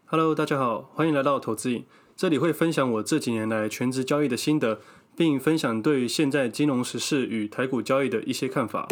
Hello，大家好，欢迎来到投资瘾。这里会分享我这几年来全职交易的心得，并分享对于现在金融时事与台股交易的一些看法。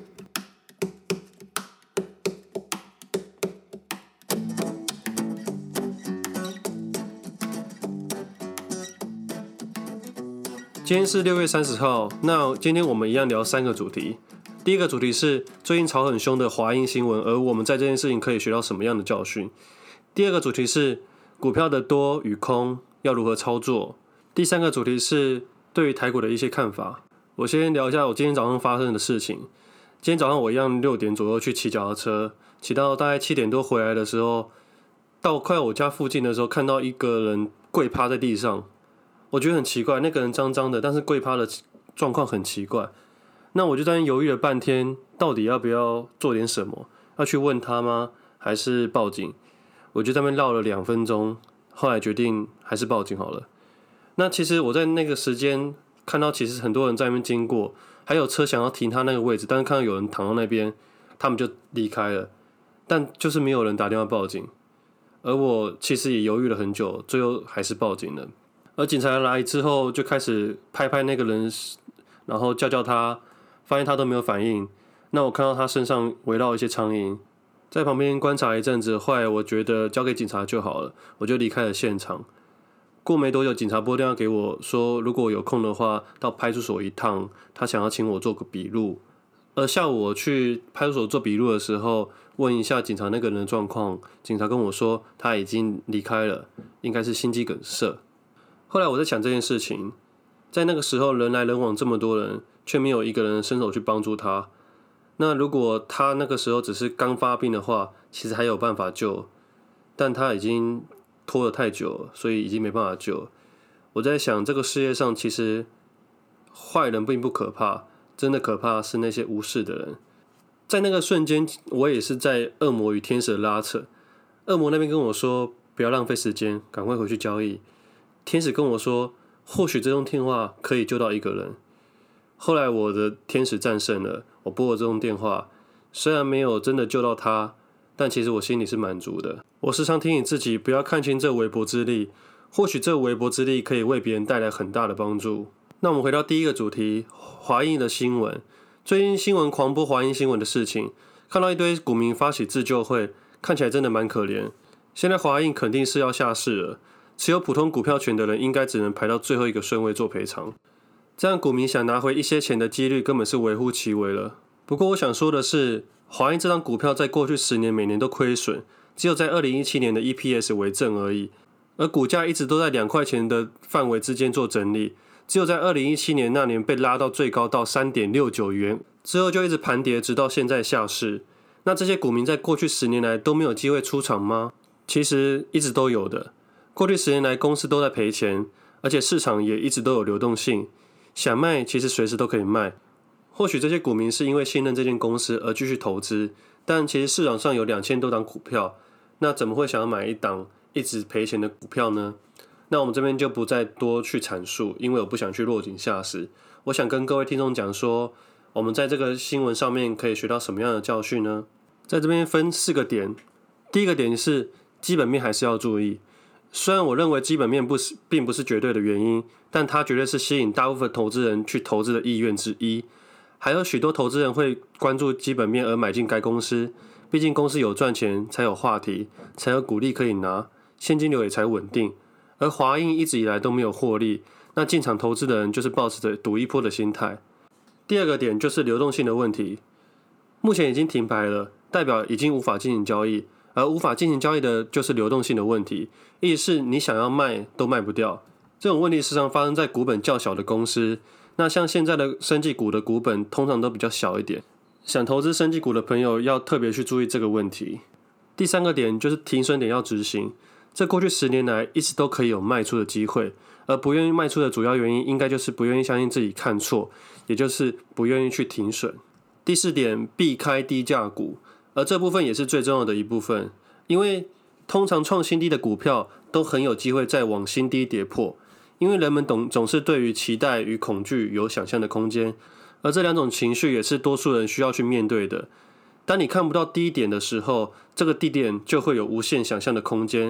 今天是6月30号，那今天我们一样聊3个主题。第一个主题是最近炒很凶的华映新闻，而我们在这件事情可以学到什么样的教训。第二个主题是股票的多与空要如何操作。第三个主题是对于台股的一些看法。我先聊一下我今天早上发生的事情。今天早上我一样6点左右去骑脚踏车，骑到大概7点多回来的时候，到快我家附近的时候，看到一个人跪趴在地上。我觉得很奇怪，那个人脏脏的，但是跪趴的状况很奇怪。那我就在那犹豫了半天，到底要不要做点什么？要去问他吗？还是报警？我就在那边绕了2分钟，后来决定还是报警好了。那其实我在那个时间看到，其实很多人在那边经过，还有车想要停他那个位置，但是看到有人躺到那边，他们就离开了，但就是没有人打电话报警。而我其实也犹豫了很久，最后还是报警了。而警察来之后，就开始拍拍那个人，然后叫他，发现他都没有反应。那我看到他身上围绕一些苍蝇，在旁边观察一阵子，后来我觉得交给警察就好了，我就离开了现场。过没多久，警察拨电话给我说，如果有空的话，到派出所一趟，他想要请我做个笔录。而下午我去派出所做笔录的时候，问一下警察那个人的状况，警察跟我说他已经离开了，应该是心肌梗塞。后来我在想这件事情，在那个时候人来人往这么多人，却没有一个人伸手去帮助他。那如果他那个时候只是刚发病的话，其实还有办法救，但他已经拖了太久了，所以已经没办法救。我在想，这个世界上其实坏人并不可怕，真的可怕是那些无视的人。在那个瞬间，我也是在恶魔与天使的拉扯。恶魔那边跟我说，不要浪费时间，赶快回去交易。天使跟我说，或许这通电话可以救到一个人。后来我的天使战胜了，我拨了这通电话，虽然没有真的救到他，但其实我心里是满足的。我时常提醒自己，不要看清这微薄之力，或许这微薄之力可以为别人带来很大的帮助。那我们回到第一个主题，华映的新闻。最近新闻狂播华映新闻的事情，看到一堆股民发起自救会，看起来真的蛮可怜。现在华映肯定是要下市了，持有普通股票权的人应该只能排到最后一个顺位做赔偿，这样股民想拿回一些钱的几率根本是微乎其微了。不过我想说的是，华映这张股票在过去10年每年都亏损，只有在2017年的 EPS 为正而已，而股价一直都在2块钱的范围之间做整理，只有在2017年那年被拉到最高到 3.69 元，之后就一直盘跌，直到现在下市。那这些股民在过去10年来都没有机会出场吗？其实一直都有的。过去10年来公司都在赔钱，而且市场也一直都有流动性，想卖其实随时都可以卖。或许这些股民是因为信任这间公司而继续投资，但其实市场上有2000多档股票，那怎么会想要买一档一直赔钱的股票呢？那我们这边就不再多去阐述，因为我不想去落井下石。我想跟各位听众讲说，我们在这个新闻上面可以学到什么样的教训呢？在这边分4个点。第一个点是基本面还是要注意。虽然我认为基本面并不是绝对的原因，但它绝对是吸引大部分投资人去投资的意愿之一。还有许多投资人会关注基本面而买进该公司，毕竟公司有赚钱才有话题，才有股利可以拿，现金流也才稳定。而华映一直以来都没有获利，那进场投资的人就是抱持着赌一波的心态。第二个点就是流动性的问题，目前已经停牌了，代表已经无法进行交易，而无法进行交易的就是流动性的问题，意思是你想要卖都卖不掉。这种问题时常发生在股本较小的公司，那像现在的生技股的股本通常都比较小一点，想投资生技股的朋友要特别去注意这个问题。第三个点就是停损点要执行，这过去10年来一直都可以有卖出的机会，而不愿意卖出的主要原因应该就是不愿意相信自己看错，也就是不愿意去停损。第4点，避开低价股，而这部分也是最重要的一部分，因为通常创新低的股票都很有机会再往新低跌破，因为人们总是对于期待与恐惧有想象的空间，而这2种情绪也是多数人需要去面对的。当你看不到低点的时候，这个低点就会有无限想象的空间，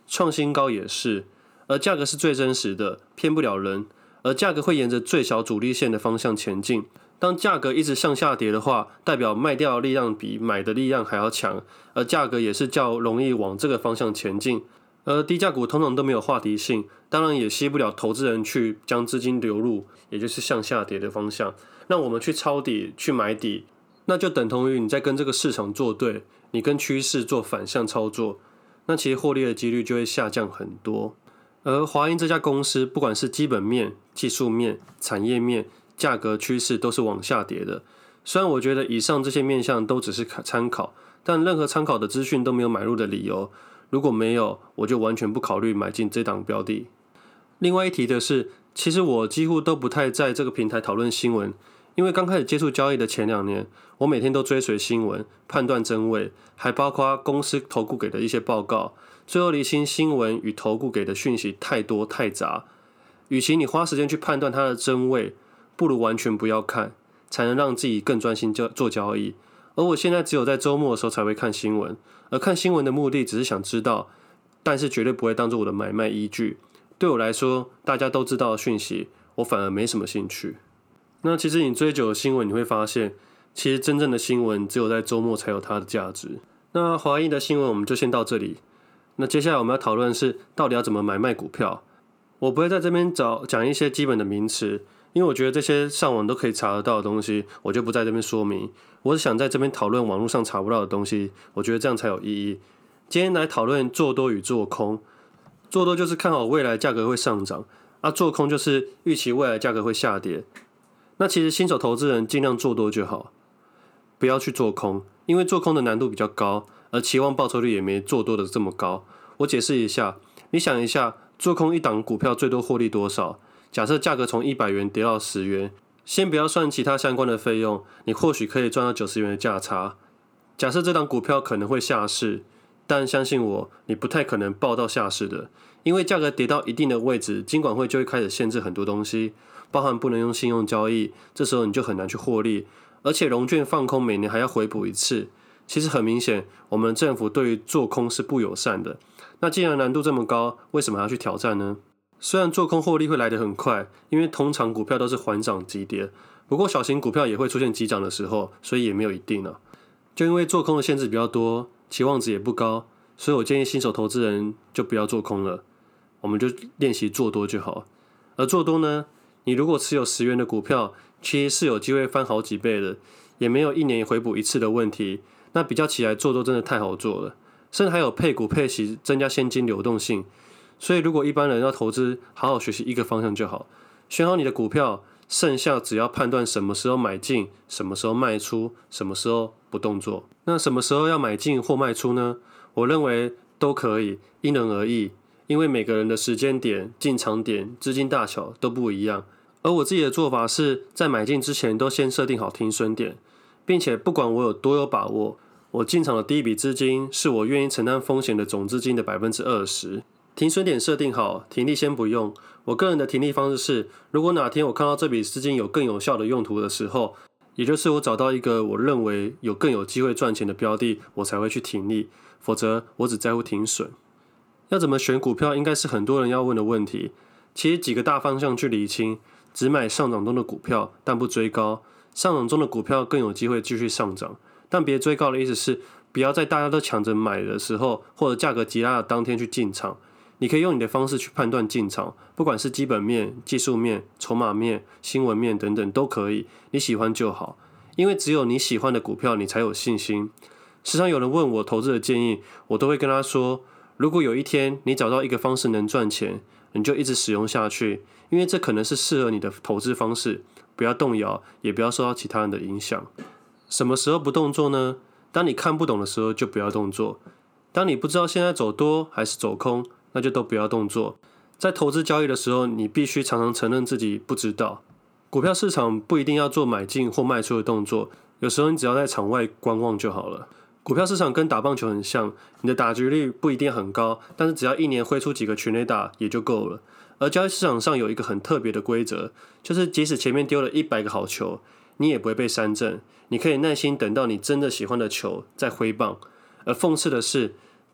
创新高也是，而价格是最真实的，骗不了人。而价格会沿着最小阻力线的方向前进。当价格一直向下跌的话，代表卖掉的力量比买的力量还要强，而价格也是较容易往这个方向前进。而低价股通常都没有话题性，当然也吸不了投资人去将资金流入，也就是向下跌的方向。让我们去抄底、去买底，那就等同于你在跟这个市场作对，你跟趋势做反向操作，那其实获利的几率就会下降很多。而华英这家公司，不管是基本面、技术面、产业面、价格趋势都是往下跌的。虽然我觉得以上这些面向都只是参考，但任何参考的资讯都没有买入的理由。如果没有，我就完全不考虑买进这档标的。另外一提的是，其实我几乎都不太在这个平台讨论新闻，因为刚开始接触交易的前2年，我每天都追随新闻，判断真伪，还包括公司投顾给的一些报告。最后厘清新闻与投顾给的讯息太多太杂，与其你花时间去判断它的真伪，不如完全不要看，才能让自己更专心做交易。而我现在只有在周末的时候才会看新闻，而看新闻的目的只是想知道，但是绝对不会当作我的买卖依据。对我来说，大家都知道的讯息，我反而没什么兴趣。那其实你追久的新闻，你会发现，其实真正的新闻只有在周末才有它的价值。那华英的新闻我们就先到这里。那接下来我们要讨论的是，到底要怎么买卖股票。我不会在这边讲一些基本的名词，因为我觉得这些上网都可以查得到的东西，我就不在这边说明。我是想在这边讨论网络上查不到的东西，我觉得这样才有意义。今天来讨论做多与做空。做多就是看好未来价格会上涨，做空就是预期未来价格会下跌。那其实新手投资人尽量做多就好，不要去做空，因为做空的难度比较高，而期望报酬率也没做多的这么高。我解释一下，你想一下，做空一档股票最多获利多少？假设价格从100元跌到10元，先不要算其他相关的费用，你或许可以赚到90元的价差。假设这档股票可能会下市，但相信我，你不太可能报到下市的，因为价格跌到一定的位置，金管会就会开始限制很多东西，包含不能用信用交易，这时候你就很难去获利，而且融券放空每年还要回补一次。其实很明显，我们政府对于做空是不友善的。那既然难度这么高，为什么还要去挑战呢？虽然做空获利会来得很快，因为通常股票都是缓涨急跌，不过小型股票也会出现急涨的时候，所以也没有一定啊。就因为做空的限制比较多，期望值也不高，所以我建议新手投资人就不要做空了，我们就练习做多就好。而做多呢，你如果持有10元的股票，其实是有机会翻好几倍的，也没有1年回补一次的问题。那比较起来，做多真的太好做了，甚至还有配股配息，增加现金流动性。所以如果一般人要投资，好好学习一个方向就好，选好你的股票，剩下只要判断什么时候买进，什么时候卖出，什么时候不动作。那什么时候要买进或卖出呢？我认为都可以，因人而异，因为每个人的时间点、进场点、资金大小都不一样。而我自己的做法是在买进之前都先设定好停损点，并且不管我有多有把握，我进场的第一笔资金是我愿意承担风险的总资金的 20%。停损点设定好，停利先不用。我个人的停利方式是，如果哪天我看到这笔资金有更有效的用途的时候，也就是我找到一个我认为有更有机会赚钱的标的，我才会去停利，否则我只在乎停损。要怎么选股票，应该是很多人要问的问题。其实几个大方向去厘清，只买上涨中的股票，但不追高。上涨中的股票更有机会继续上涨，但别追高的意思是，不要在大家都抢着买的时候，或者价格急拉的当天去进场。你可以用你的方式去判断进场，不管是基本面、技术面、筹码面、新闻面等等都可以，你喜欢就好。因为只有你喜欢的股票，你才有信心。时常有人问我投资的建议，我都会跟他说，如果有一天你找到一个方式能赚钱，你就一直使用下去，因为这可能是适合你的投资方式，不要动摇，也不要受到其他人的影响。什么时候不动作呢？当你看不懂的时候就不要动作。当你不知道现在走多还是走空，那就都不要动作。在投资交易的时候，你必须常常承认自己不知道。股票市场不一定要做买进或卖出的动作，有时候你只要在场外观望就好了。股票市场跟打棒球很像，你的打击率不一定很高，但是只要1年挥出几个全垒打也就够了。而交易市场上有一个很特别的规则，就是即使前面丢了100个好球，你也不会被三振，你可以耐心等到你真的喜欢的球再挥棒。而讽刺的是，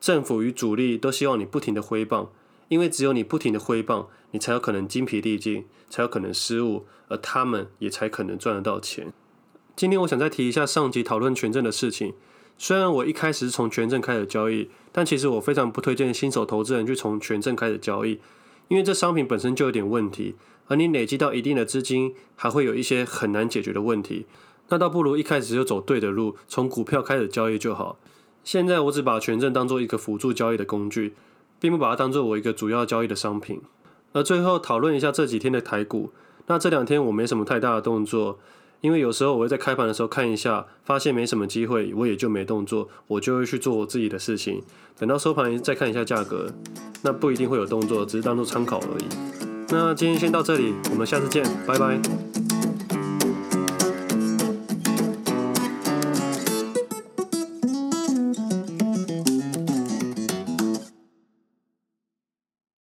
政府与主力都希望你不停的挥棒，因为只有你不停的挥棒，你才有可能精疲力尽，才有可能失误，而他们也才可能赚得到钱。今天我想再提一下上集讨论权证的事情。虽然我一开始是从权证开始交易，但其实我非常不推荐新手投资人去从权证开始交易，因为这商品本身就有点问题，而你累积到一定的资金，还会有一些很难解决的问题。那倒不如一开始就走对的路，从股票开始交易就好。现在我只把权证当作一个辅助交易的工具，并不把它当作我一个主要交易的商品。而最后讨论一下这几天的台股，那这2天我没什么太大的动作，因为有时候我会在开盘的时候看一下，发现没什么机会，我也就没动作，我就会去做我自己的事情，等到收盘再看一下价格，那不一定会有动作，只是当作参考而已。那今天先到这里，我们下次见，拜拜。